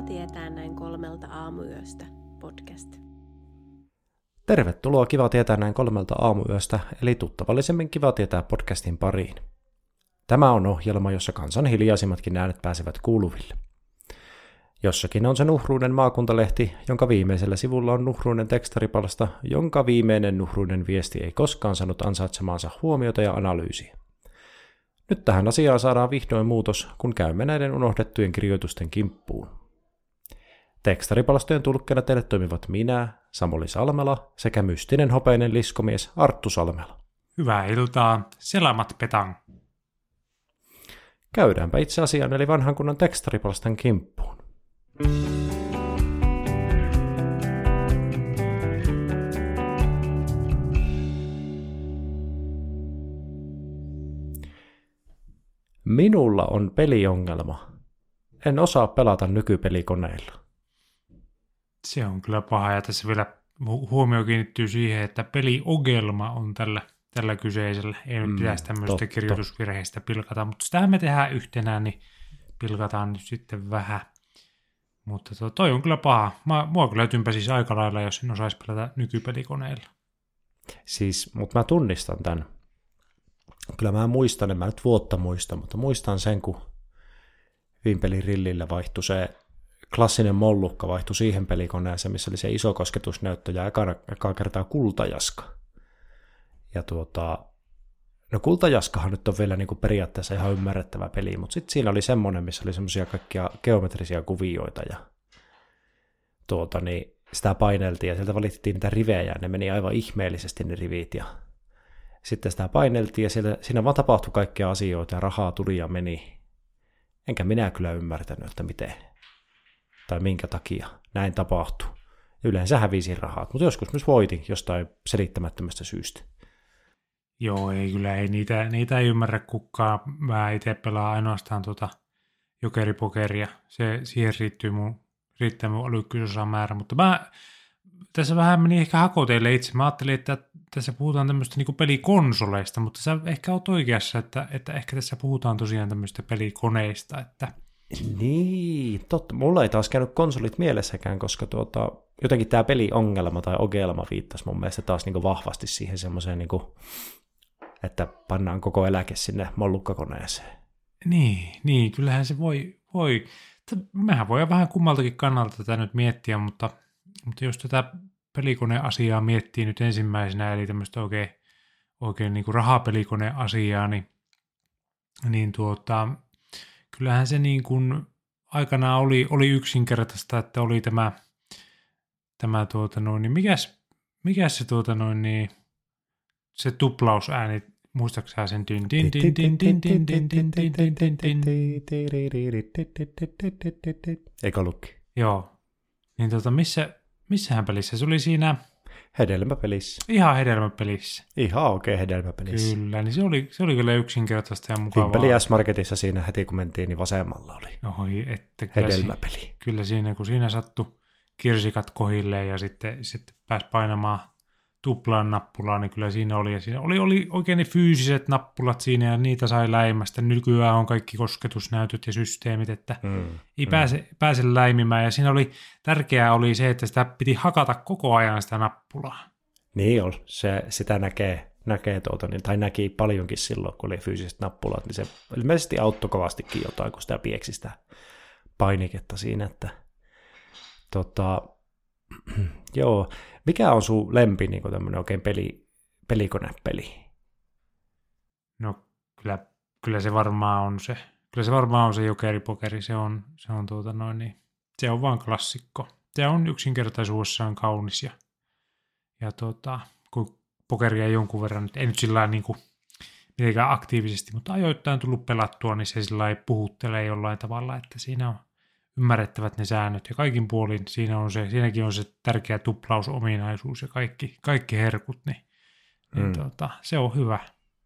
tietää näin 3 aamuyöstä podcast. Tervetuloa Kiva tietää näin 3 aamuyöstä, eli tuttavallisemmin Kiva tietää podcastin pariin. Tämä on ohjelma, jossa kansan hiljaisimmatkin äänet pääsevät kuuluville. Jossakin on se Nuhruuden maakuntalehti, jonka viimeisellä sivulla on nuhruinen tekstaripalsta, jonka viimeinen nuhruinen viesti ei koskaan saanut ansaitsemaansa huomiota ja analyysiä. Nyt tähän asiaan saadaan vihdoin muutos, kun käymme näiden unohdettujen kirjoitusten kimppuun. Tekstaripalstojen tulkkena teille toimivat minä, Samuli Salmela, sekä mystinen hopeinen liskomies Arttu Salmela. Hyvää iltaa, selamat petang. Käydäänpä itse asiaan eli vanhan kunnan tekstaripalstan kimppuun. Minulla on peliongelma. En osaa pelata nykypelikoneilla. Se on kyllä paha, ja tässä vielä huomio kiinnittyy siihen, että peliongelma on tällä kyseisellä. Ei nyt pitäisi tämmöistä kirjoitusvirheistä pilkata, mutta sitähän me tehdään yhtenään, niin pilkataan nyt sitten vähän. Mutta toi on kyllä paha. Mua kyllä tympäsisi aika lailla, jos en osaisi pelata nykypelikoneilla. Mutta mä tunnistan tämän. Kyllä mä muistan, en mä nyt vuotta muista, mutta muistan sen, kun Vimpelin rillillä vaihtui se klassinen mollukka, vaihtui siihen pelikoneeseen, missä oli se iso kosketusnäyttö ja ekaa kertaa kultajaska. Ja no kultajaskahan nyt on vielä niinku periaatteessa ihan ymmärrettävä peli, mutta sitten siinä oli semmoinen, missä oli semmoisia kaikkia geometrisia kuvioita ja sitä paineltiin ja sieltä valittiin niitä rivejä ja ne meni aivan ihmeellisesti ne rivit ja sitten sitä paineltiin ja siinä vaan tapahtui kaikkia asioita ja rahaa tuli ja meni. Enkä minä kyllä ymmärtänyt, että miten tai minkä takia näin tapahtui. Yleensä hävisin rahat, mutta joskus myös voitin jostain selittämättömästä syystä. Joo, ei niitä ei ymmärrä kukaan. Mä itse pelaan ainoastaan jokeripokeria. Siihen riittää mun älykkyysosamäärä, mutta mä tässä vähän meni ehkä hakoteille itse. Mä ajattelin, että tässä puhutaan tämmöistä niinku pelikonsoleista, mutta sä ehkä oot oikeassa, että ehkä tässä puhutaan tosiaan tämmöistä pelikoneista. Että niin, totta. Mulla ei taas käynyt konsolit mielessäkään, koska jotenkin tämä peliongelma tai ogelma viittasi mun mielestä taas niinku vahvasti siihen semmoiseen, niinku, että pannaan koko eläke sinne mollukkakoneeseen. Niin, kyllähän se voi. Mehän voidaan vähän kummaltakin kannalta tätä nyt miettiä, mutta jos tätä pelikoneasiaa miettii nyt ensimmäisenä, eli tämmöistä oikein niin kuin rahapelikoneasiaa, niin kyllähän se niin kuin aikanaan oli yksinkertaista, että oli tämä mikäs se se tuplausääni, muistaaksä sen Eikö ollutkin? Joo. Niin missähän pelissä? Se oli siinä Hedelmäpelissä. Ihan hedelmäpelissä. Ihan oikein hedelmäpelissä. Kyllä, niin se oli kyllä yksinkertaista ja mukavaa. Vimpeli S-Marketissa siinä heti kun mentiin, niin vasemmalla oli hedelmäpeli. Kyllä siinä, kun siinä sattui kirsikat kohilleen ja sitten pääsi painamaan tuplaan nappulaa, niin kyllä siinä oli. Ja siinä oli oikein ne fyysiset nappulat siinä ja niitä sai läimästä. Nykyään on kaikki kosketusnäytöt ja systeemit, että ei pääse läimimään. Ja siinä tärkeää oli se, että sitä piti hakata koko ajan sitä nappulaa. Niin on, sitä näkee tai näki paljonkin silloin, kun oli fyysiset nappulat, niin se ilmeisesti auttoi kovastikin jotain, kun sitä pieksi sitä painiketta siinä, että joo. Mikä on sun lempi niin tämmöinen oikein pelikonepeli? No kyllä se varmaan on se. Kyllä se varmaan on se jokeripokeri. Se on se on vaan klassikko. Se on yksinkertaisuudessaan kaunis ja kun pokeria jonkun verran, ei nyt sillä niin kuin mitenkään aktiivisesti, mutta ajoittain tullut pelattua, niin se sillä puhuttelee jollain tavalla, että siinä on ymmärrettävät ne säännöt ja kaikin puolin siinäkin on se tärkeä tuplausominaisuus ja kaikki herkut, niin se on hyvä.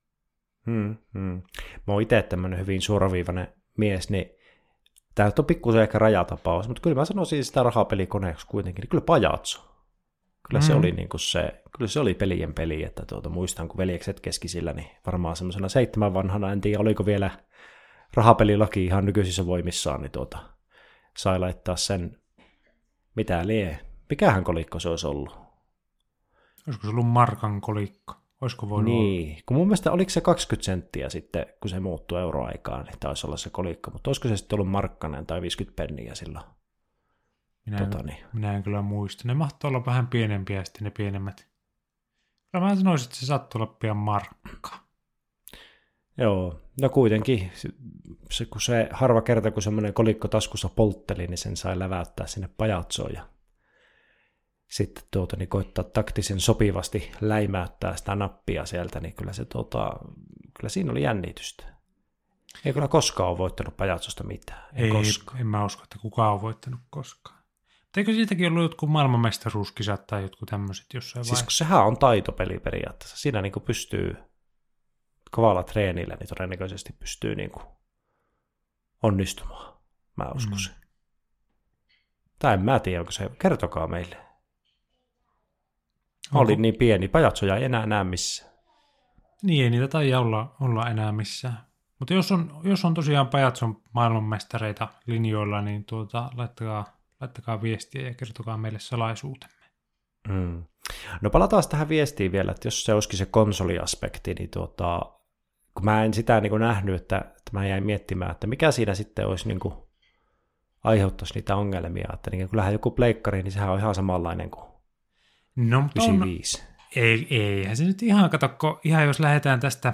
Mä oon itse tämmönen hyvin suoraviivainen mies, niin tää on pikkusen ehkä rajatapaus, mutta kyllä mä sanoisin sitä rahapelikoneeksi kuitenkin, niin kyllä Pajatso. Kyllä se oli niinku kyllä se oli pelien peli, että muistan kun veljekset keskisillä, niin varmaan semmoisena 7 vanhana, en tiedä oliko vielä rahapelilaki ihan nykyisissä voimissaan, niin sai laittaa sen, mitä lie. Mikähän kolikko se olisi ollut? Olisiko se ollut markan kolikko? Olisiko voinut Niin, kun mun mielestä oliko se 20 senttiä sitten, kun se muuttui euroaikaan, niin taisi olla se kolikko, mutta olisiko se sitten ollut markkanen tai 50 penniä silloin? Minä en kyllä muista. Ne mahtoi olla vähän pienempiä sitten ne pienemmät. Kyllä mä sanoisin, että se saattoi olla pian markka. Joo, no kuitenkin, kun se harva kerta, kun semmoinen kolikko taskussa poltteli, niin sen sai läväyttää sinne pajatsoon ja sitten niin koittaa taktisen sopivasti läimäyttää sitä nappia sieltä, niin kyllä, kyllä siinä oli jännitystä. Ei kyllä koskaan ole voittanut pajatsosta mitään. Ei, en mä usko, että kukaan on voittanut koskaan. Mutta eikö siitäkin ollut jotkut maailmanmestaruuskisat tai jotkut tämmöiset jossain vaiheessa? Siis sehän on taitopeli periaatteessa. Siinä niin pystyy kovalla treenillä, niin todennäköisesti pystyy niin onnistumaan. Mä uskoisin. Tai en mä tiedä, onko se. Kertokaa meille. Oli niin pieni. Pajatsoja ei enää näe missään. Niin, ei niitä taida olla enää missään. Mutta jos on tosiaan pajatson maailmanmestareita linjoilla, niin laittakaa viestiä ja kertokaa meille salaisuutemme. No palataan tähän viestiin vielä, että jos se olisikin se konsoliaspekti, niin kun mä en sitä niin kuin nähnyt, että mä jäin miettimään, että mikä siinä sitten olisi niin kuin aiheuttaisi niitä ongelmia, että niin kyllähän joku pleikkari, niin sehän on ihan samanlainen kuin 95. Eihän se nyt ihan, ihan jos lähdetään tästä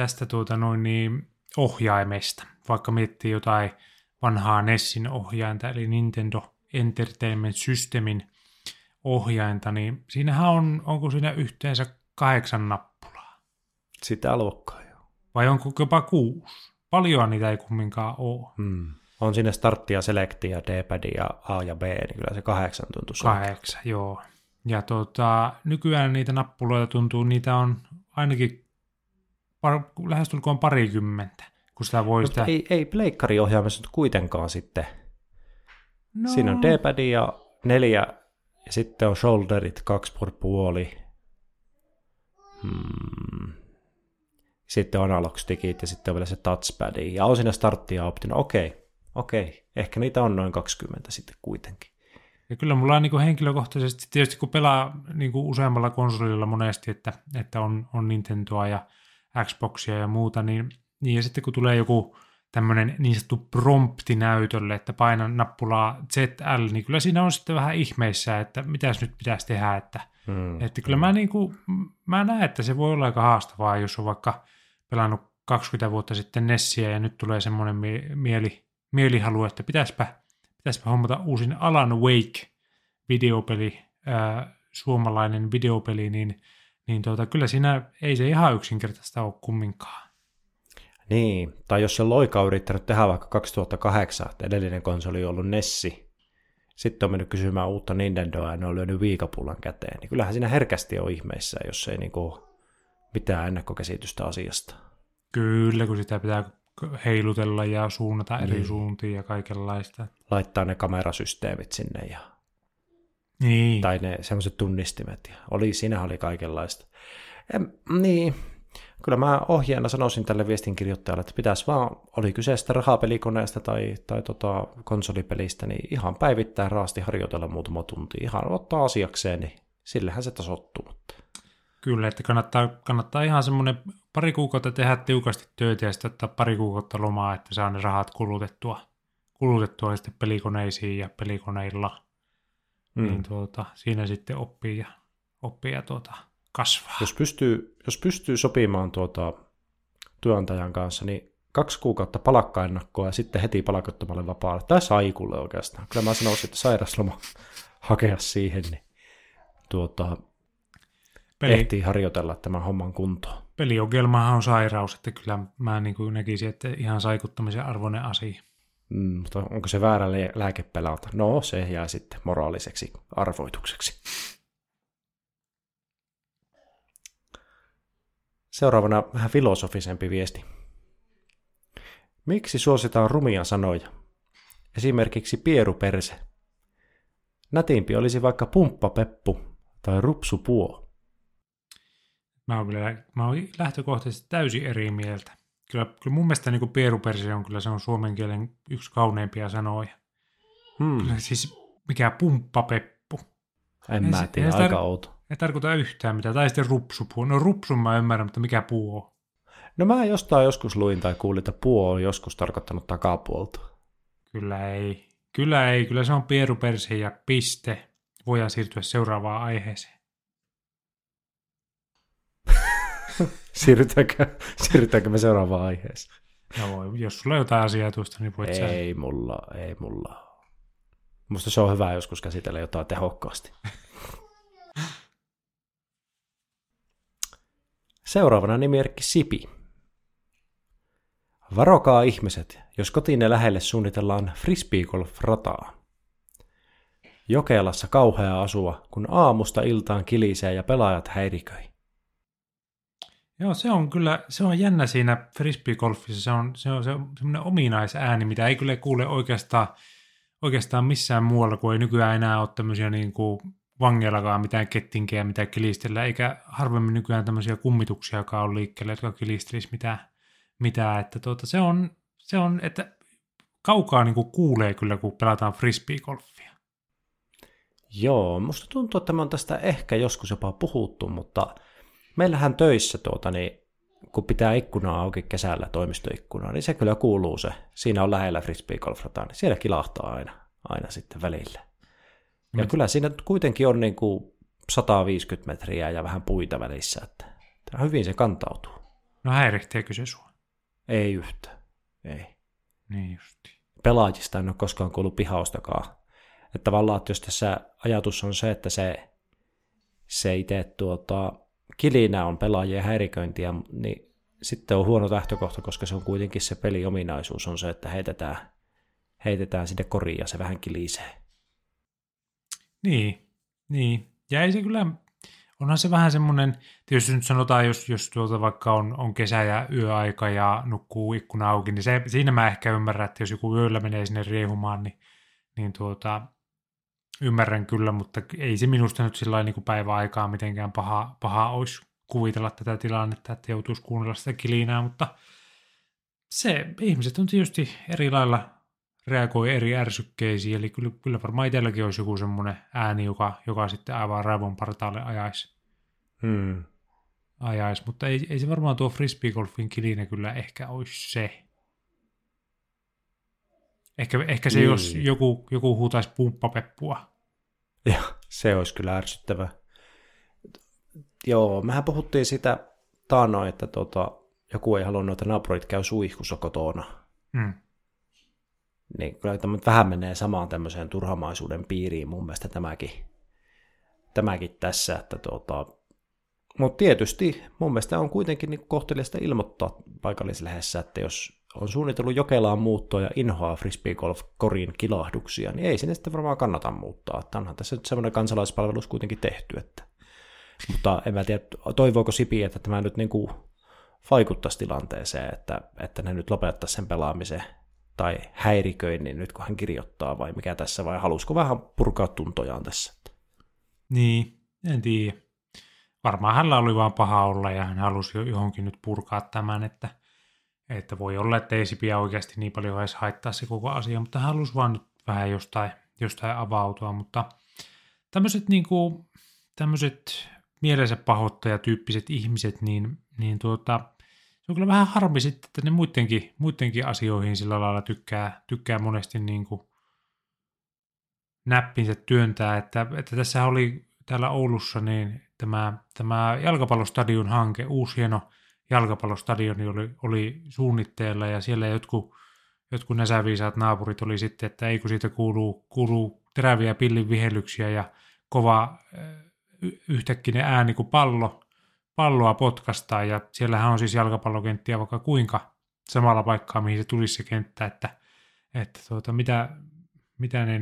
ohjaimesta, vaikka miettii jotain vanhaa NESin ohjainta, eli Nintendo Entertainment Systemin ohjainta, niin siinähän onko siinä yhteensä 8 nappulaa? Sitä luokkaa jo. Vai onko jopa 6? Paljon niitä ei kumminkaan ole. On siinä startti ja selekti ja D-pad ja A ja B, niin kyllä se 8 tuntuu. 8, joo. Ja nykyään niitä nappuloita tuntuu, niitä on ainakin lähestulkoon 20, kun sitä voi sitä... Ei pleikkariohjaimessa nyt kuitenkaan sitten. No. Siinä on D-pad ja 4, ja sitten on shoulderit 2,5. Sitten on analog stickit ja sitten on vielä se touchpad. Ja on siinä startti ja opti. No okei. Ehkä niitä on noin 20 sitten kuitenkin. Ja kyllä mulla on niin henkilökohtaisesti, tietysti kun pelaa niin useammalla konsolilla monesti, että on Nintendoa ja Xboxia ja muuta, niin ja sitten kun tulee joku tämmöinen niin sanottu prompti näytölle, että painan nappulaa ZL, niin kyllä siinä on sitten vähän ihmeissä, että mitäs nyt pitäisi tehdä, että kyllä mä näen, että se voi olla aika haastavaa, jos on vaikka pelannut 20 vuotta sitten Nessiä ja nyt tulee semmoinen mielihalu, että pitäispä hommata uusin Alan Wake videopeli, suomalainen videopeli, niin kyllä siinä ei se ihan yksinkertaista ole kumminkaan. Niin, tai jos se Loika on yrittänyt tehdä vaikka 2008, että edellinen konsoli on ollut Nessi, sitten on mennyt kysymään uutta Nintendoa ja ne on lyönyt viikapullan käteen, niin kyllähän siinä herkästi on ihmeissä, jos ei mitään ennakkokäsitystä asiasta. Kyllä, kun sitä pitää heilutella ja suunnata eri suuntiin ja kaikenlaista. Laittaa ne kamerasysteemit sinne ja niin. Tai ne semmoiset tunnistimet. Siinähän oli kaikenlaista. Niin, kyllä mä ohjeena sanoisin tälle viestinkirjoittajalle, että pitäisi vaan, oli kyseistä rahapelikoneesta tai konsolipelistä, niin ihan päivittäin raasti harjoitella muutama tunti. Ihan ottaa asiakseen, niin sillehän se tasoittuu. Kyllä, että kannattaa ihan semmoinen pari kuukautta tehdä tiukasti töitä ja sitten ottaa pari kuukautta lomaa, että saa ne rahat kulutettua sitten pelikoneisiin ja pelikoneilla. Niin siinä sitten oppii ja kasvaa. Jos pystyy sopimaan työnantajan kanssa, niin 2 kuukautta palkkaennakkoa ja sitten heti palkattomalle vapaalle. Tai saikulle oikeastaan. Kyllä mä sanoisin, että sairasloma hakea siihen, niin ehtii harjoitella tämän homman kuntoon. Peliongelmahan on sairaus, että kyllä mä niin kuin näkisin, että ihan saikuttamisen arvoinen asia. Mutta onko se väärä lääke pelata? No, se jää sitten moraaliseksi arvoitukseksi. Seuraavana vähän filosofisempi viesti. Miksi suositaan rumia sanoja? Esimerkiksi pieruperse. Nätimpi olisi vaikka pumppapeppu tai rupsupuo. Mä oon lähtökohtaisesti täysin eri mieltä. Kyllä mun mielestä niin pieruperse on kyllä se on suomen kielen yksi kauneimpia sanoja. Kyllä siis mikä pumppapeppu. En mä tiedä, aika outo. Ei tarkoita yhtään mitään. Tai sitten rupsupuu. No rupsun mä ymmärrän, mutta mikä puu on? No mä jostain joskus luin tai kuulin, että puu on joskus tarkoittanut takapuolta. Kyllä ei. Kyllä se on pieruperse ja piste. Voidaan siirtyä seuraavaan aiheeseen. Siirrytäänkö me seuraavaan aiheeseen? No, jos sulla on jotain asiaa tuosta, niin voit sanoa. Ei mulla. Musta se on hyvä joskus käsitellä jotain tehokkaasti. Seuraavana nimimerkki Sipi. Varokaa ihmiset, jos kotiinne lähelle suunnitellaan frisbeegolf-rataa. Jokelassa kauhea asua, kun aamusta iltaan kilisee ja pelaajat häiriköi. Joo, se on jännä siinä frisbeegolfissa. Se on semmoinen ominaisääni, mitä ei kyllä kuule oikeastaan missään muualla, kun ei nykyään enää ole tämmöisiä niin kuin vangeillakaan mitään kettinkejä, mitä kilistellä, eikä harvemmin nykyään tämmöisiä kummituksia, jotka on liikkeelle, jotka kilistelisi mitään. Että se on, että kaukaa niin kuin kuulee kyllä, kun pelataan frisbeegolfia. Joo, musta tuntuu, että me on tästä ehkä joskus jopa puhuttu, mutta meillähän töissä, kun pitää ikkunaa auki kesällä, toimistoikkunaa, niin se kyllä kuuluu se. Siinä on lähellä frisbeegolf-rataa, niin siellä kilahtaa aina sitten välillä. Ja kyllä siinä kuitenkin on niin kuin 150 metriä ja vähän puita välissä, että hyvin se kantautuu. No häirihteekö se sua? Ei yhtään, ei. Niin justi. Pelaajista en ole koskaan kuullut pihaustakaan. Että tavallaan, että jos tässä ajatus on se, että se itse kilinä on pelaajien häiriköintiä, niin sitten on huono lähtökohta, koska se on kuitenkin se peliominaisuus on se, että heitetään sinne koriin ja se vähän kilisee. Niin. Ja ei se kyllä, onhan se vähän semmoinen, jos nyt sanotaan, jos vaikka on kesä- ja yöaika ja nukkuu ikkuna auki, niin siinä mä ehkä ymmärrän, että jos joku yöllä menee sinne riehumaan, niin ymmärrän kyllä, mutta ei se minusta nyt sillä niin kuin päiväaikaa mitenkään paha olisi kuvitella tätä tilannetta, että joutuisi kuunnella sitä kilinää, mutta ihmiset on tietysti eri lailla reagoi eri ärsykkeisiin, eli kyllä varmaan itselläkin olisi joku semmoinen ääni, joka sitten aivan raivon partaalle ajaisi, mutta ei se varmaan tuo frisbeegolfin kilinä kyllä ehkä olisi se. Ehkä se, jos joku huutaisi pumppapeppua. Joo, se olisi kyllä ärsyttävää. Joo, mehän puhuttiin sitä taannoin, että joku ei halunnut, että naapurit käy suihkussa kotona. Niin kyllä tämä vähän menee samaan tämmöiseen turhamaisuuden piiriin mun mielestä tämäkin tässä. Että mutta tietysti mun mielestä on kuitenkin niin kohteliasta ilmoittaa paikallislehdessä, että jos on suunnitellut Jokelaan muuttoa ja inhoaa frisbeegolf-korin kilahduksia, niin ei sinne sitten varmaan kannata muuttaa. Että onhan tässä nyt semmoinen kansalaispalvelus kuitenkin tehty. Mutta en mä tiedä, toivooko Sipi, että tämä nyt niin kuin vaikuttaisi tilanteeseen, että ne nyt lopettaisi sen pelaamisen tai häiriköinnin nyt, kun hän kirjoittaa, vai mikä tässä, vai halusiko vähän purkaa tuntojaan tässä? Niin, en tiedä. Varmaan hänellä oli vaan paha olla, ja hän halusi johonkin nyt purkaa tämän, että voi olla, että ei Sipiä oikeasti niin paljon edes haittaa se koko asia, mutta hän halusi vaan nyt vähän jostain avautua, mutta tämmöiset mielensä pahoittajatyyppiset ihmiset, niin se on kyllä vähän harmi sitten, että ne muidenkin asioihin sillä lailla tykkää monesti niin kuin näppinsä työntää, että tässä oli täällä Oulussa niin tämä jalkapallostadion hanke, uusi hieno jalkapallostadioni oli suunnitteilla, ja siellä jotkut näsäviisaat naapurit oli sitten, että ei kun siitä kuuluu teräviä pillin vihellyksiä ja kova yhtäkkinen ääni, kun palloa potkastaa, ja siellähän on siis jalkapallokenttiä vaikka kuinka samalla paikkaa, mihin se tulisi se kenttä, että mitä ne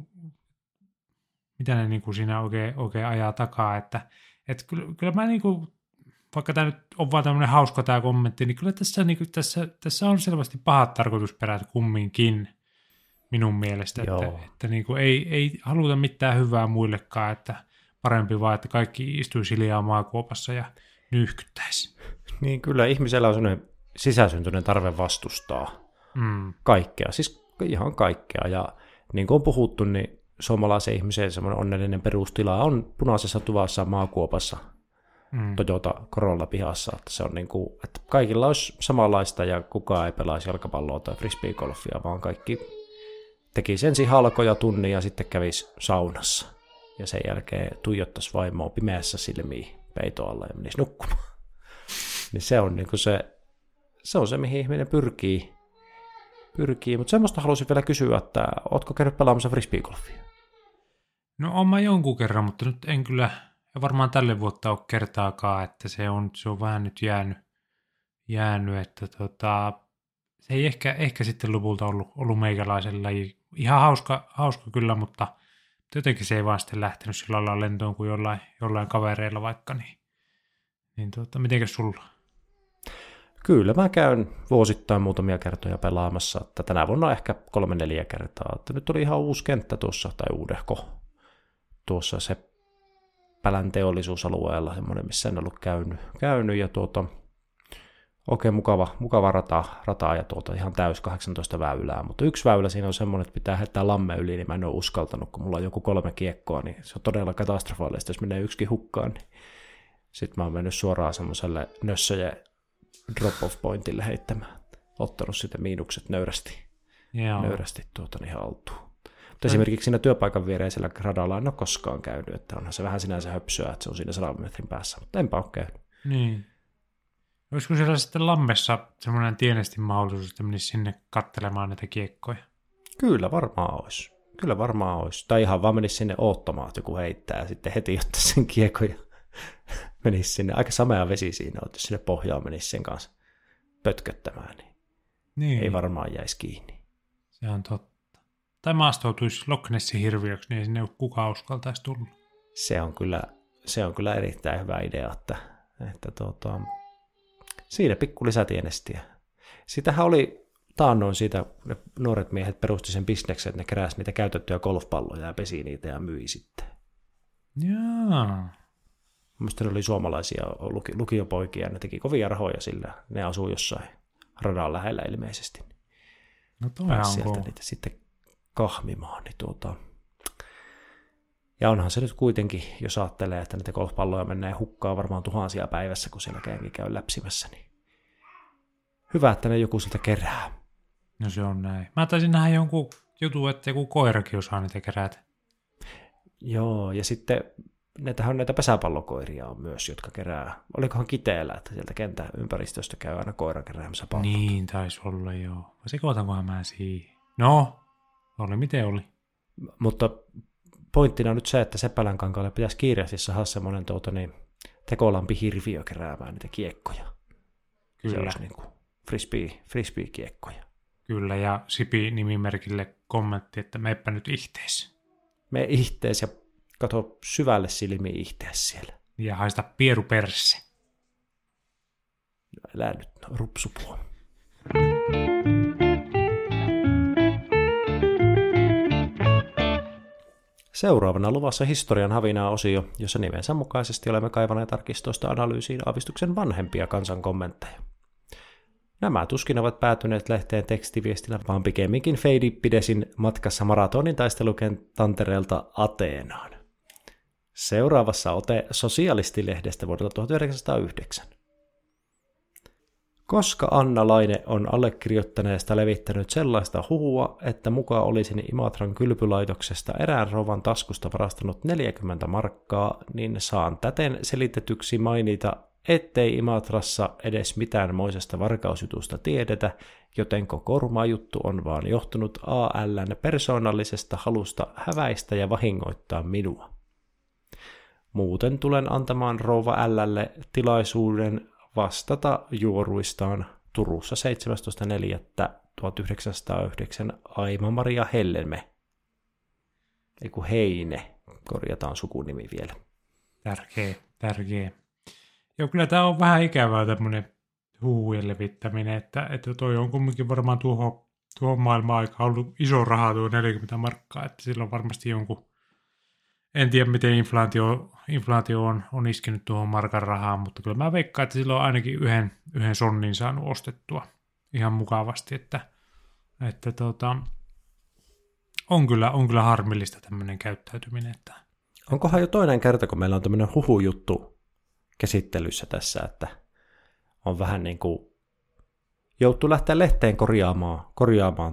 niinku siinä oikein ajaa takaa, että kyllä mä niinku, vaikka tämä nyt on vaan tämmöinen hauska tämä kommentti, niin kyllä tässä on selvästi pahat tarkoitusperät kumminkin minun mielestä, että niinku ei haluta mitään hyvää muillekaan, että parempi vaan, että kaikki istuisi hiljaa maakuopassa ja nyyhkyttäisi. Niin kyllä, ihmisellä on sellainen sisäsyntyinen tarve vastustaa kaikkea, siis ihan kaikkea, ja niin kuin on puhuttu, niin suomalaisen ihmisen semmoinen onnellinen perustila on punaisessa tuvassa maakuopassa Toyota Corolla pihassa, että se on niin kuin, että kaikilla olisi samanlaista ja kukaan ei pelaisi jalkapalloa tai frisbeegolfia, vaan kaikki tekisi ensin halkoja tunnin ja sitten kävisi saunassa ja sen jälkeen tuijottaisi vaimoa pimeässä silmiin peiton alla ja menisi nukkumaan. Niin se on niin kuin se on se, mihin ihminen pyrkii. Mutta semmoista haluaisin vielä kysyä, että ootko käynyt pelaamassa frisbeegolfia? No on mä jonkun kerran, mutta nyt en kyllä, ja varmaan tälle vuotta ole kertaakaan, että se on vähän nyt jäänyt että se ei ehkä sitten lopulta ollut meikäläisen laji. Ihan hauska kyllä, mutta jotenkin se ei vaan sitten lähtenyt sillä lailla lentoon kuin jollain kavereilla vaikka, niin mitenkäs sulla? Kyllä mä käyn vuosittain muutamia kertoja pelaamassa, että tänä vuonna ehkä 3-4 kertaa. Että nyt oli ihan uusi kenttä tuossa, tai uudehko, tuossa se Pälän teollisuusalueella, semmoinen, missä en ollut käynyt ja oikein mukava rata ja ihan täys 18 väylää, mutta yksi väylä siinä on semmoinen, että pitää heittää lamme yli, niin mä en ole uskaltanut, kun mulla on joku 3 kiekkoa, niin se on todella katastrofaalista, jos menee yksikin hukkaan, niin sitten mä oon mennyt suoraan semmoiselle nössöjen drop-off pointille heittämään, ottanut sitten miinukset nöyrästi haltuun. Mutta esimerkiksi siinä työpaikan viereisellä radalla en ole koskaan käynyt, että onhan se vähän sinänsä höpsyä, että se on siinä 100 metrin päässä, mutta enpä ole käynyt. Niin. Olisiko siellä sitten lammessa semmoinen tienesti mahdollisuus, että menisi sinne katselemaan näitä kiekkoja? Kyllä varmaan olisi. Tai ihan vaan menisi sinne oottamaan, että joku heittää ja sitten heti ottaa sen kiekon ja menisi sinne. Aika samea vesi siinä, että jos sinne pohjaan menisi sen kanssa pötköttämään, niin ei varmaan jäisi kiinni. Se on totta. Tai maastoutuisi Loch Nessin hirviöksi, niin ei sinne kukaan uskaltaisi tulla. Se on kyllä erittäin hyvä idea, että siinä pikku lisätienestiä. Sitähän oli taannoin siitä, ne nuoret miehet perusti sen bisneksen, että ne keräsi niitä käytettyjä golfpalloja ja pesi niitä ja myi sitten. Jaa. Mielestäni ne oli suomalaisia lukiopoikia, ne teki kovia rahoja sillä. Ne asuu jossain radan lähellä ilmeisesti. No toihan sieltä niitä sitten kahmimaan. Niin Ja onhan se nyt kuitenkin, jos ajattelee, että niitä golfpalloja menee hukkaan varmaan tuhansia päivässä, kun siellä käy läpsimässä, niin hyvä, että ne joku sitä kerää. No se on näin. Mä taisin nähdä jonkun jutun, että joku koirakin osaa niitä kerätä. Joo, ja sitten näitä pesäpallokoiria on myös, jotka kerää. Olikohan Kiteellä, että sieltä kentän ympäristöstä käy aina koira keräämässä pallot? Niin, taisi olla joo. Vai sekoitankohan mä siihen? No, oli miten oli. Mutta pointtina on nyt se, että Seppälänkankaalle pitäisi kiireesti saada semmoinen tekolampi hirviö keräämään niitä kiekkoja. Kyllä. Se olisi niin kuin frisbee-kiekkoja. Kyllä, ja Sipi-nimimerkille kommentti, että meppä nyt ihtees. Me ihtees ja kato syvälle silmiin ihtees siellä. Ja haista pieru perse. Älä nyt rupsupua. Seuraavana luvassa historian havinaa osio, jossa nimensä mukaisesti olemme kaivaneet arkistoista analyysiin aavistuksen vanhempia kansan kommentteja. Nämä tuskin ovat päätyneet lehteen tekstiviestinä, vaan pikemminkin Feidippidesin matkassa maratonin taistelukenttantereelta Ateenaan. Seuraavassa ote Sosialistilehdestä vuodelta 1909. Koska Anna Laine on allekirjoittaneesta levittänyt sellaista huhua, että muka olisin Imatran kylpylaitoksesta erään rouvan taskusta varastanut 40 markkaa, niin saan täten selitetyksi mainita, ettei Imatrassa edes mitään moisesta varkausjutusta tiedetä, joten koko ruma juttu on vaan johtunut AL:n persoonallisesta halusta häväistä ja vahingoittaa minua. Muuten tulen antamaan rouva L:lle tilaisuuden vastata juoruistaan Turussa 17.4.1909 Aima-Maria Hellenme. Eiku Heine, korjataan sukunimi vielä. Tärkeä. Joo, kyllä tämä on vähän ikävää tämmöinen huhujen levittäminen, että toi on kumminkin varmaan tuohon maailman-aikaan ollut iso raha tuo 40 markkaa, että sillä on varmasti jonkun, en tiedä miten inflaatio on iskenyt tuohon markan rahaan, mutta kyllä mä veikkaan, että sillä on ainakin yhden sonnin saanut ostettua ihan mukavasti, että On kyllä harmillista tämmöinen käyttäytyminen. Että... Onkohan jo toinen kerta, kun meillä on tämmöinen huhujuttu käsittelyssä tässä, että on vähän niin kuin joutuu lähteä lehteen korjaamaan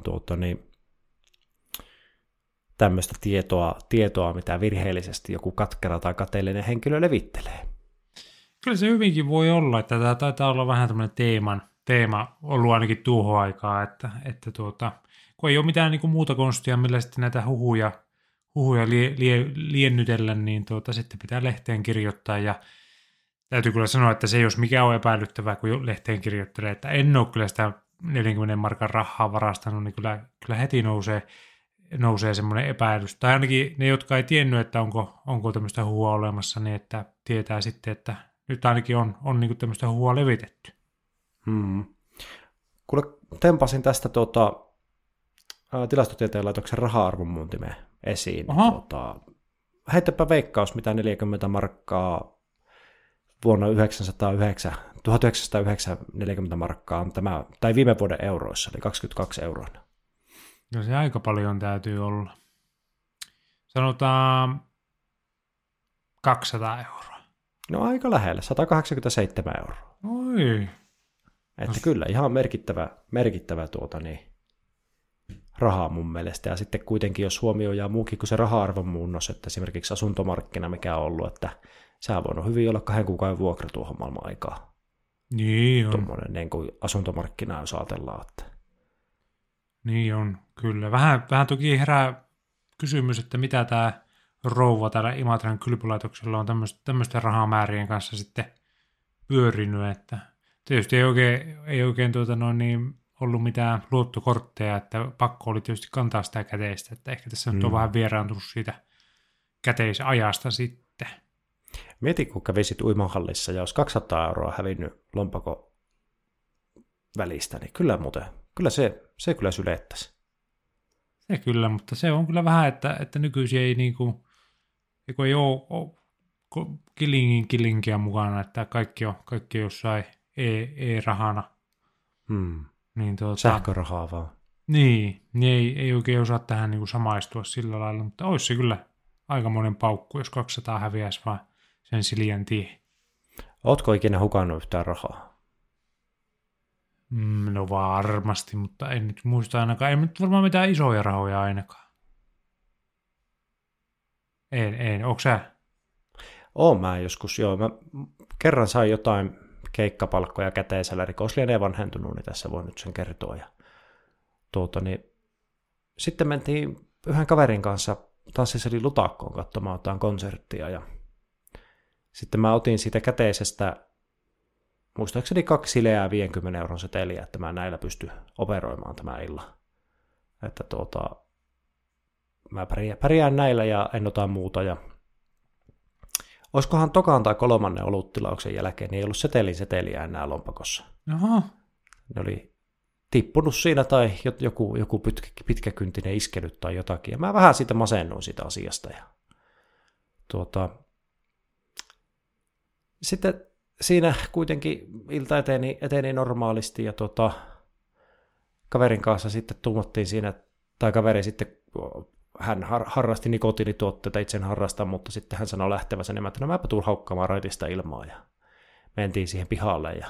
tämmöistä tietoa, mitä virheellisesti joku katkera tai kateellinen henkilö levittelee. Kyllä se hyvinkin voi olla, että tämä taitaa olla vähän tämmöinen teema ollut ainakin tuohon aikaa, että kun ei ole mitään niin kuin muuta konstia, millä sitten näitä huhuja liennytellä, niin sitten pitää lehteen kirjoittaa, ja täytyy kyllä sanoa, että se jos mikä on epäilyttävää, kun lehteen kirjoittelee, että en ole kyllä sitä 40 markan rahaa varastanut, niin kyllä heti nousee semmoinen epäilys. Tai ainakin ne, jotka ei tiennyt, että onko tämmöistä huhua olemassa, niin että tietää sitten, että nyt ainakin on niin kuin tämmöistä huhua levitetty. Kuule, tempasin tästä tilastotieteen laitoksen raha-arvonmuuntimeen esiin. Heitäpä veikkaus, mitä 40 markkaa vuonna 1909 40 markkaa on tämä, tai viime vuoden euroissa, eli 22 euroa. No se aika paljon täytyy olla. Sanotaan 200 euroa. No aika lähellä, 187 euroa. Oi. Että kyllä, ihan merkittävä rahaa mun mielestä. Ja sitten kuitenkin, jos huomioidaan muukin kuin se raha-arvon muunnos, että esimerkiksi asuntomarkkina, mikä on ollut, että sehän on voinut hyvin olla 2 kuukauden vuokra tuohon maailman aikaa. Niin on. Tuommoinen niin kuin asuntomarkkinaa, jos ajatellaan. Että... Niin on, kyllä. Vähän toki herää kysymys, että mitä tämä rouva täällä Imatran kylpylaitoksella on tämmöisten rahamäärien kanssa sitten pyörinyt, että tietysti ei oikein ollut mitään luottokortteja, että pakko oli tietysti kantaa sitä käteistä, että ehkä tässä nyt on vähän vieraantunut siitä käteisajasta sitten. Mieti, kun kävisit uimahallissa ja jos 200 euroa hävinnyt lompakon välistä, niin kyllä se kyllä sylettäisi. Se kyllä, mutta se on kyllä vähän, että nykyisin ei ei ole kilinkiä mukana, että kaikki on jossain e-rahana. Niin sähkörahaa vaan. Niin ei oikein osaa tähän niin kuin samaistua sillä lailla, mutta olisi se kyllä aikamoinen paukku, jos 200 häviäisi vaan sen Siljan tie. Ootko ikinä hukannut yhtään rahaa? No varmasti, mutta en nyt muista ainakaan. Ei nyt varmaan mitään isoja rahoja ainakaan. En. Onko sä? Oon mä joskus, joo. Mä kerran sain jotain keikkapalkkoja käteisellä, rikos lienee vanhentunut, niin tässä voi nyt sen kertoa. Ja sitten mentiin yhden kaverin kanssa tanssiseli Lutakkoon katsomaan jotain konserttia, ja sitten mä otin siitä käteisestä muistaakseni 2 sileää 50 euron seteliä, että mä näillä pystyn operoimaan tämän illan. Että mä pärjään näillä ja en ota muuta. Ja olisikohan tokan tai 3. oluttilauksen jälkeen, niin ei ollut seteliä enää lompakossa. Aha. Ne oli tippunut siinä tai joku pitkäkyntinen iskenyt tai jotakin. Ja mä vähän siitä masennuin siitä asiasta. Ja sitten siinä kuitenkin ilta eteni normaalisti ja kaverin kanssa sitten tuumattiin siinä, tai kaveri sitten, hän harrasti nikotiinituotteita, itse en harrasta, mutta sitten hän sanoi lähtevänsä, niin että mäpä tuun haukkaamaan raitista ilmaa ja mentiin siihen pihalle ja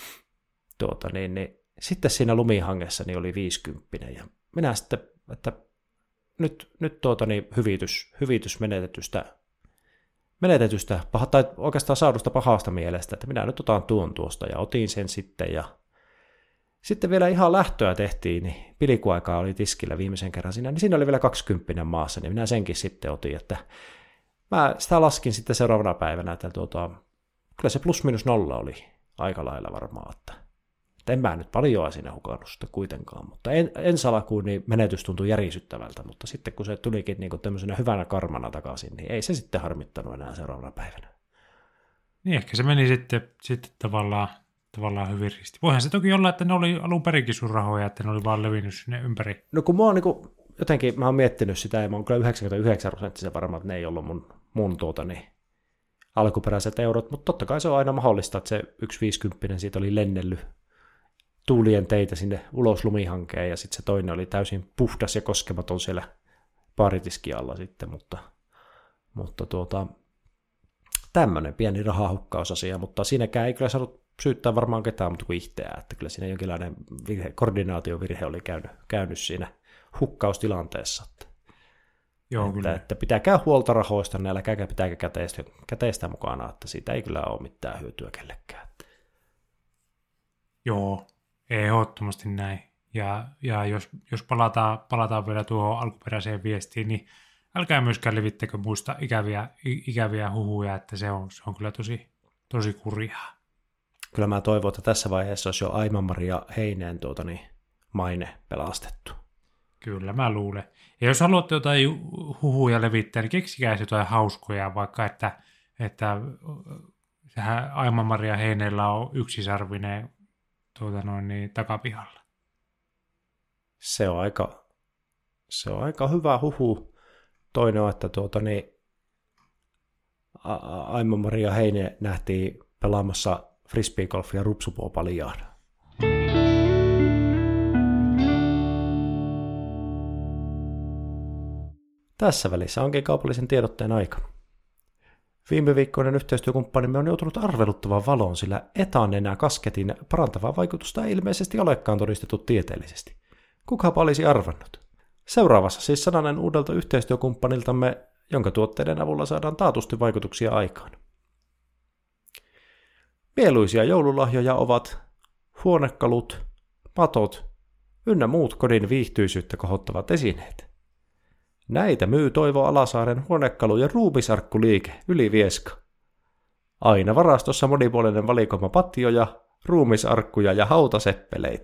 sitten siinä lumihangessa niin oli 50 ja minä sitten, että nyt hyvitys menetetystä tai oikeastaan saadusta pahasta mielestä, että minä nyt otan tuosta ja otin sen sitten ja sitten vielä ihan lähtöä tehtiin, niin pilikuaikaa oli tiskillä viimeisen kerran siinä, niin siinä oli vielä 20 maassa, niin minä senkin sitten otin, että mä sitä laskin sitten seuraavana päivänä, että kyllä se +-0 oli aika lailla varmaan, että en mä nyt paljon siinä hukannut sitä kuitenkaan, mutta ensi alkuun niin menetys tuntui järisyttävältä, mutta sitten kun se tulikin niin kuin tämmöisenä hyvänä karmana takaisin, niin ei se sitten harmittanut enää seuraavana päivänä. Niin ehkä se meni sitten tavallaan hyvin risti. Voihan se toki olla, että ne oli alun perinkin sun rahoja, että ne oli vaan levinnyt sinne ympäri. No kun mä oon jotenkin, mä oon miettinyt sitä, ja mä oon kyllä 99% varma, että ne ei ollut mun alkuperäiset eurot, mutta totta kai se on aina mahdollista, että se 1,50 siitä oli lennellyt tuulien teitä sinne ulos lumihankeen, ja sitten se toinen oli täysin puhdas ja koskematon siellä baaritiski alla sitten, mutta tämmöinen pieni rahahukkaus-asia, mutta siinäkään ei kyllä saanut syyttää varmaan ketään, mutta kuin itseään, että kyllä siinä jonkinlainen koordinaatiovirhe oli käynyt siinä hukkaustilanteessa. Joo, kyllä. Että pitäkää huolta rahoista, älkääkä pitääkö käteistä mukana, että siitä ei kyllä ole mitään hyötyä kellekään. Joo, ehdottomasti näin. Ja jos palataan vielä tuohon alkuperäiseen viestiin, niin älkää myöskään levittäkö muista ikäviä huhuja, että se on kyllä tosi kurjaa. Kyllä mä toivon, että tässä vaiheessa olisi jo Aima-Maria Heineen maine pelastettu. Kyllä, mä luulen. Ja jos haluatte jotain huhuja levittää, niin keksikää jotain hauskoja, vaikka että sehän Aima-Maria Heineellä on yksisarvinen takapihalla. Se on aika hyvä huhu. Toinen on, että Aima-Maria Heine nähtiin pelaamassa frisbeegolfia Rupsupuopaljaan. Tässä välissä onkin kaupallisen tiedotteen aika. Viime viikkoinen yhteistyökumppanimme on joutunut arveluttavaan valoon, sillä etanenä kasketin parantavaa vaikutusta ei ilmeisesti olekaan todistettu tieteellisesti. Kukapa olisi arvannut? Seuraavassa siis sananen uudelta yhteistyökumppaniltamme, jonka tuotteiden avulla saadaan taatusti vaikutuksia aikaan. Mieluisia joululahjoja ovat huonekalut, matot ynnä muut kodin viihtyisyyttä kohottavat esineet. Näitä myy Toivo Alasaaren huonekalu- ja ruumisarkkuliike Ylivieska. Aina varastossa monipuolinen valikoima patjoja, ruumisarkkuja ja hautaseppeleitä.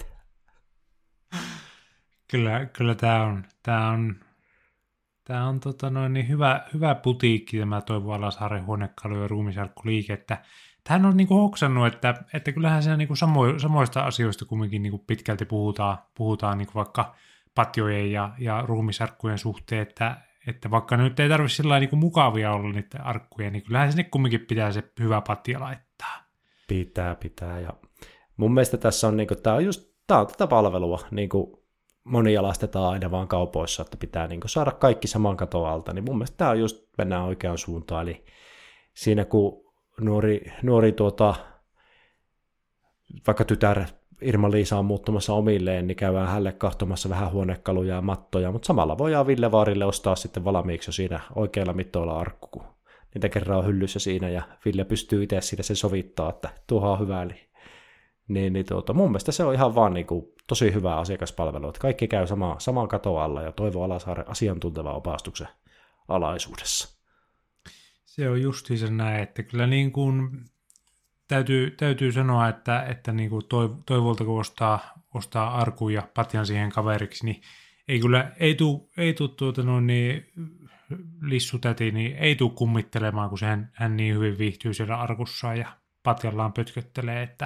Kyllä tämä on niin hyvä putiikki tämä Toivo Alasaaren huonekalu- ja ruumisarkkuliike, että hän on niinku hoksannut, että kyllähän siinä niinku samoista asioista kumminkin niinku pitkälti puhutaan niinku vaikka patjojen ja ruumisarkkujen suhteen, että vaikka nyt ei tarvitse sillä niinku mukavia olla niiden arkkuja, niin kyllähän sinne kumminkin pitää se hyvä patja laittaa. Pitää. Ja mun mielestä tässä on, niinku, tää on tätä palvelua, niinku monialaistetaan aina vaan kaupoissa, että pitää niinku saada kaikki saman katon alta, niin mun mielestä tämä on just, mennään oikeaan suuntaan, eli siinä kun nuori vaikka tytär Irma-Liisa on muuttamassa omilleen, niin käydään hänelle kahtomassa vähän huonekaluja ja mattoja, mutta samalla voidaan Ville Vaarille ostaa sitten valmiiksi jo siinä oikeilla mittoilla arkku, kun niitä kerran on hyllyssä siinä, ja Ville pystyy itse siitä sen sovittaa, että tuohan on hyvä. Mun mielestä se on ihan vaan niin kuin tosi hyvä asiakaspalvelu, että kaikki käy saman katon alla, ja Toivo Alasaaren asiantuntevan opastuksen alaisuudessa. Se on justiinsa näin, että kyllä niin kuin täytyy sanoa, että niin kuin Toivolta kun ostaa arkun ja patjan siihen kaveriksi, niin ei tule lissutäti, niin ei tule kummittelemaan, kun hän niin hyvin viihtyy siellä arkussaan ja patjallaan pötköttelee,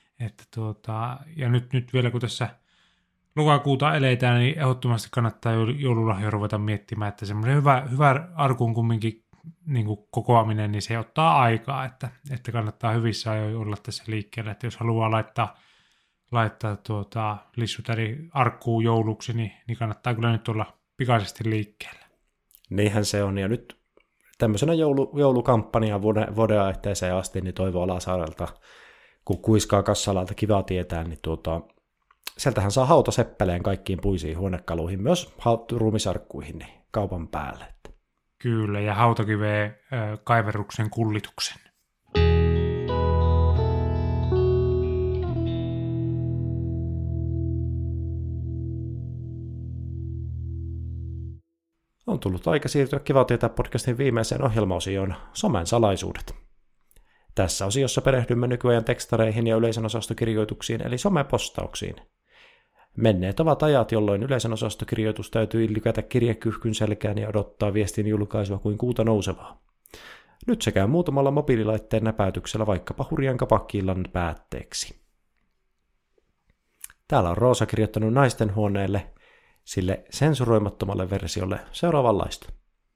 ja nyt vielä kun tässä lokakuuta eletään, niin ehdottomasti kannattaa joululahjoja ruveta miettimään, että semmoinen hyvä arkun kumminkin niin kuin kokoaminen, niin se ottaa aikaa, että kannattaa hyvissä ajoin olla tässä liikkeellä, että jos haluaa laittaa lissutäri arkkuun jouluksi, niin kannattaa kyllä nyt olla pikaisesti liikkeellä. Niinhän se on, ja nyt tämmöisenä joulukampanjan vuoden aihteeseen asti, niin Toivo Alasaarelta, kun kuiskaa kassalalta kiva tietää, niin sieltähän saa hautaseppeleen kaikkiin puisiin huonekaluihin, myös ruumisarkkuihin, niin kaupan päälle. Kyllä, ja hautakiveen kaiverruksen kullituksen. On tullut aika siirtyä Kiva tietää podcastin viimeiseen ohjelmaosioon, somen salaisuudet. Tässä osiossa perehdymme nykyajan tekstareihin ja yleisön osastokirjoituksiin, eli somepostauksiin. Menneet ovat ajat, jolloin yleisön osastokirjoitus täytyy lykätä kirjekyyhkyn selkään ja odottaa viestin julkaisua kuin kuuta nousevaa. Nyt se käy muutamalla mobiililaitteen näpäytyksellä vaikkapa hurjan kapakkiillan päätteeksi. Täällä on Roosa kirjoittanut naisten huoneelle, sille sensuroimattomalle versiolle seuraavanlaista.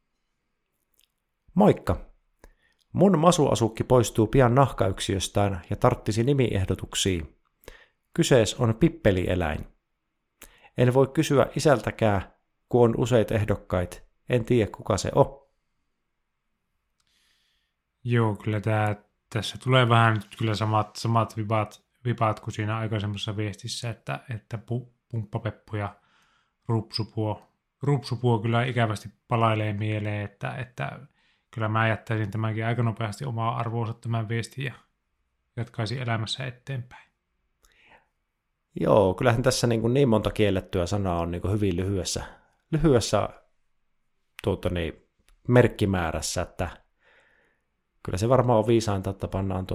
Moikka! Mun masuasukki poistuu pian nahkayksiöstään ja tarttisi nimiehdotuksiin. Kysees on pippelieläin. En voi kysyä isältäkään, kun on useita ehdokkaita, En tiedä, kuka se on. Joo, kyllä tässä tulee vähän nyt kyllä samat vipaat kuin siinä aikaisemmassa viestissä, että Pumppapeppu ja Rupsupuo kyllä ikävästi palailee mieleen, että kyllä mä jättäisin tämänkin aika nopeasti omaa arvoonsa tämän viestin ja jatkaisin elämässä eteenpäin. Joo, kyllähän tässä niin monta kiellettyä sanaa on niin hyvin lyhyessä merkkimäärässä, että kyllä se varmaan on viisainta, että pannaan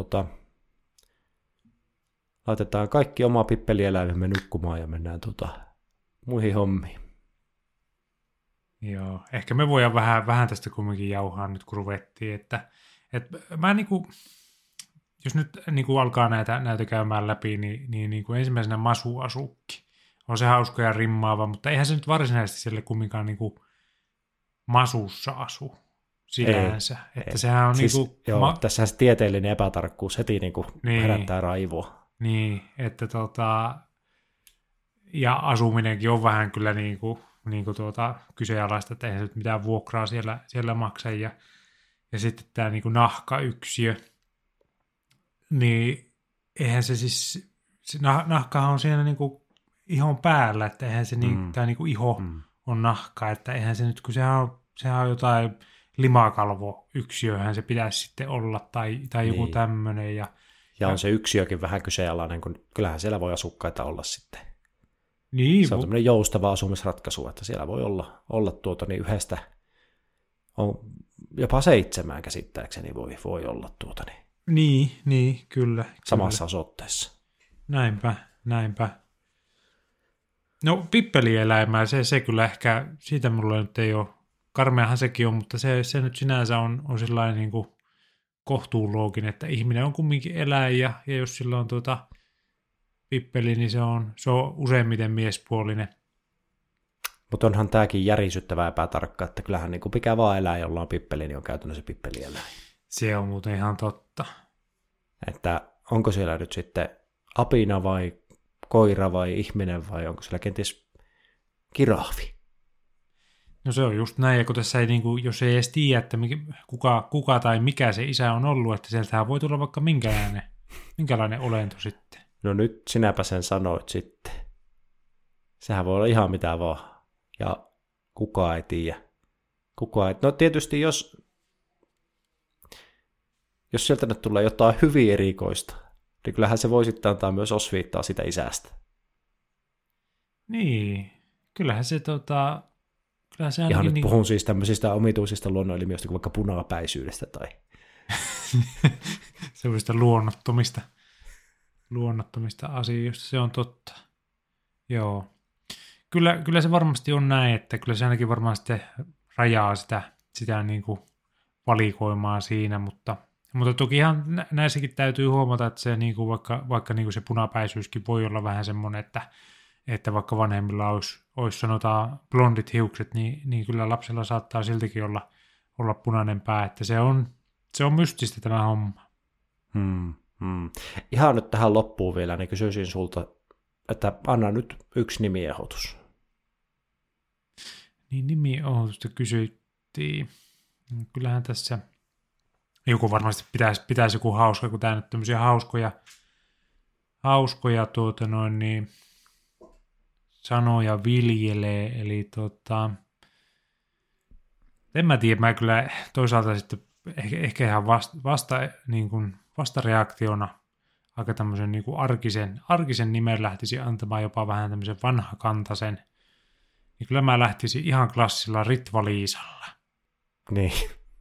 laitetaan kaikki oma pippelieläimemme nukkumaan ja mennään muihin hommiin. Joo, ehkä me voidaan vähän tästä kumminkin jauhaa nyt, kun ruvettiin, että mä jos nyt alkaa näitä käymään läpi, niin ensimmäisenä masuasukki. On se hauska ja rimmaava, mutta eihän se nyt varsinaisesti sille kumminkaan masussa asu sinänsä. Että sehän on siis, tässä se tieteellinen epätarkkuus heti herättää raivoa. Niin, että ja asuminenkin on vähän kyllä kyseenalaista, että eihän se nyt mitään vuokraa siellä maksa. Ja sitten tämä nahkayksiö, niin eihän se siis, nahkahan on siinä ihon päällä, että eihän se tämä iho on nahka, että eihän se nyt, kun sehän on jotain limakalvoyksiöhän se pitäisi sitten olla, tai joku tämmöinen. Ja on se yksiökin vähän kyseenalainen, kun kyllähän siellä voi asukkaita olla sitten. Niin, se on tämmöinen joustava asumisratkaisu, että siellä voi olla yhdestä, on jopa 7 käsittääkseni voi olla Niin, kyllä. Samassa osoitteessa. Näinpä. No, pippelieläimää, se kyllä ehkä, siitä mulla nyt ei ole, karmeahan sekin on, mutta se nyt sinänsä on sellainen kohtuun looginen, että ihminen on kumminkin eläin, ja jos sillä on pippeli, niin se on useimmiten miespuolinen. Mutta onhan tämäkin järisyttävää epätarkka, että kyllähän mikä vaan eläin, jolla on pippeli, niin on käytännössä pippelieläin. Se on muuten ihan totta. Että onko siellä nyt sitten apina vai koira vai ihminen vai onko siellä kenties kirahvi? No se on just näin, ja kun tässä ei, jos ei edes tiedä, että kuka tai mikä se isä on ollut, että sieltähän voi tulla vaikka minkälainen olento sitten. No nyt sinäpä sen sanoit sitten. Sehän voi olla ihan mitä vaan. Ja kukaan ei tiedä. No tietysti jos sieltä nyt tulee jotain hyvin erikoista, niin kyllähän se voi sitten antaa myös osviittaa sitä isästä. Niin, kyllähän se Kyllähän se ihan nyt puhun siis tämmöisistä omituisista luonnonilmiöistä kuin vaikka punapäisyydestä tai sellaisista luonnottomista asioista, se on totta. Joo. Kyllä se varmasti on näin, että kyllä se ainakin varmaan sitten rajaa sitä valikoimaa siinä, mutta tokihan näissäkin täytyy huomata, että se vaikka se punapäisyyskin voi olla vähän semmoinen, että vaikka vanhemmilla olisi sanotaan blondit hiukset, niin kyllä lapsella saattaa siltikin olla punainen pää, että se on mystistä tämä homma. Ihan nyt tähän loppuun vielä, niin kysyisin sulta, että anna nyt yksi nimiehdotus. Niin nimiehdotusta kysyttiin. Kyllähän tässä joku varmasti pitäisi joku hauska, kun tämä nyt tämmöisiä hauskoja niin sanoja viljelee, eli en mä tiedä, mä kyllä toisaalta sitten ehkä ihan vastareaktiona aika tämmöisen arkisen nimen lähtisi antamaan jopa vähän tämmöisen vanhakantaisen, niin kyllä mä lähtisin ihan klassilla Ritva-Liisalla. Niin.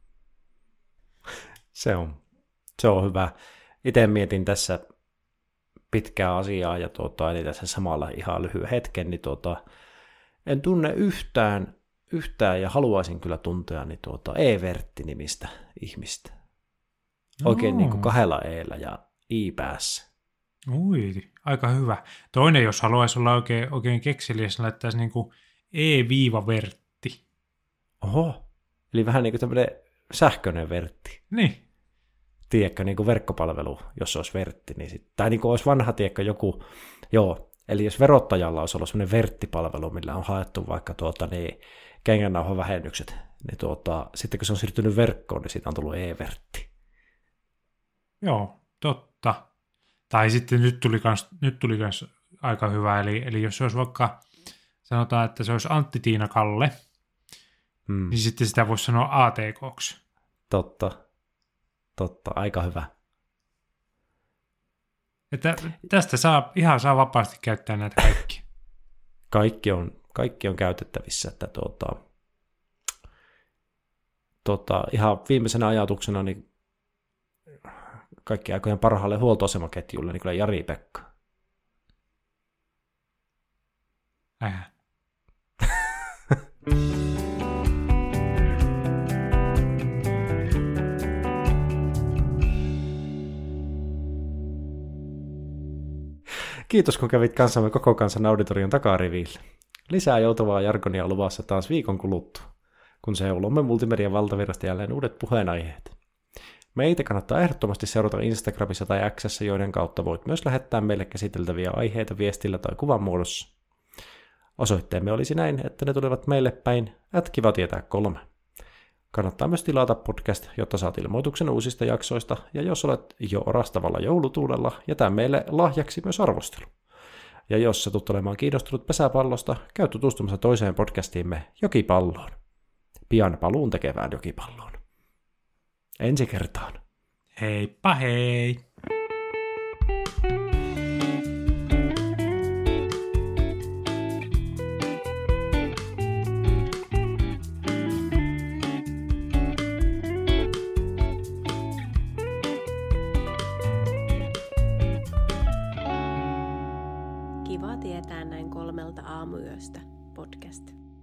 Se on hyvä. Itse mietin tässä pitkää asiaa ja eli tässä samalla ihan lyhyen hetken, niin en tunne yhtään ja haluaisin kyllä tuntea niin Evertti-nimistä ihmistä. Oikein niin kuin 2 eellä ja i päässä. Ui, aika hyvä. Toinen, jos haluaisi olla oikein kekseliäs, laittaisi niin kuin E-Vertti. Oho, eli vähän niin kuin tämmöinen sähköinen vertti. Niin. Tiedätkö, niin kuin verkkopalvelu, jos olisi vertti, niin tai niin kuin olisi vanha, tiedätkö, joku, Eli jos verottajalla olisi ollut sellainen verttipalvelu, millä on haettu vaikka kengännauhan vähennykset, niin sitten kun se on siirtynyt verkkoon, niin siitä on tullut e-vertti. Joo, totta. Tai sitten nyt tuli kans aika hyvä, eli jos se olisi vaikka, sanotaan, että se olisi Antti-Tiina Kalle, niin sitten sitä voisi sanoa ATK:ksi. Totta, aika hyvä. Että tästä saa vapaasti käyttää näitä kaikkia. Kaikki on käytettävissä, että ihan viimeisenä ajatuksena niin kaikki aikojen parhaalle huoltoasemaketjulle, niin kyllä Jari-Pekka. Kiitos, kun kävit kanssamme koko kansan auditorion takariville. Lisää joutavaa jargonia on luvassa taas viikon kuluttua, kun seulomme multimedian valtavirrasta jälleen uudet puheenaiheet. Meitä kannattaa ehdottomasti seurata Instagramissa tai X:ssä, joiden kautta voit myös lähettää meille käsiteltäviä aiheita viestillä tai kuvan muodossa. Osoitteemme olisi näin, että ne tulevat meille päin @kivatietä3. Kannattaa myös tilata podcast, jotta saat ilmoituksen uusista jaksoista, ja jos olet jo orastavalla joulutuulella, jätä meille lahjaksi myös arvostelu. Ja jos satut olemaan kiinnostunut pesäpallosta, käy tutustumassa toiseen podcastiimme Jokipalloon. Pian paluun tekevään Jokipalloon. Ensi kertaan. Heippa hei! Kiva tietää näin 3 aamuyöstä podcast.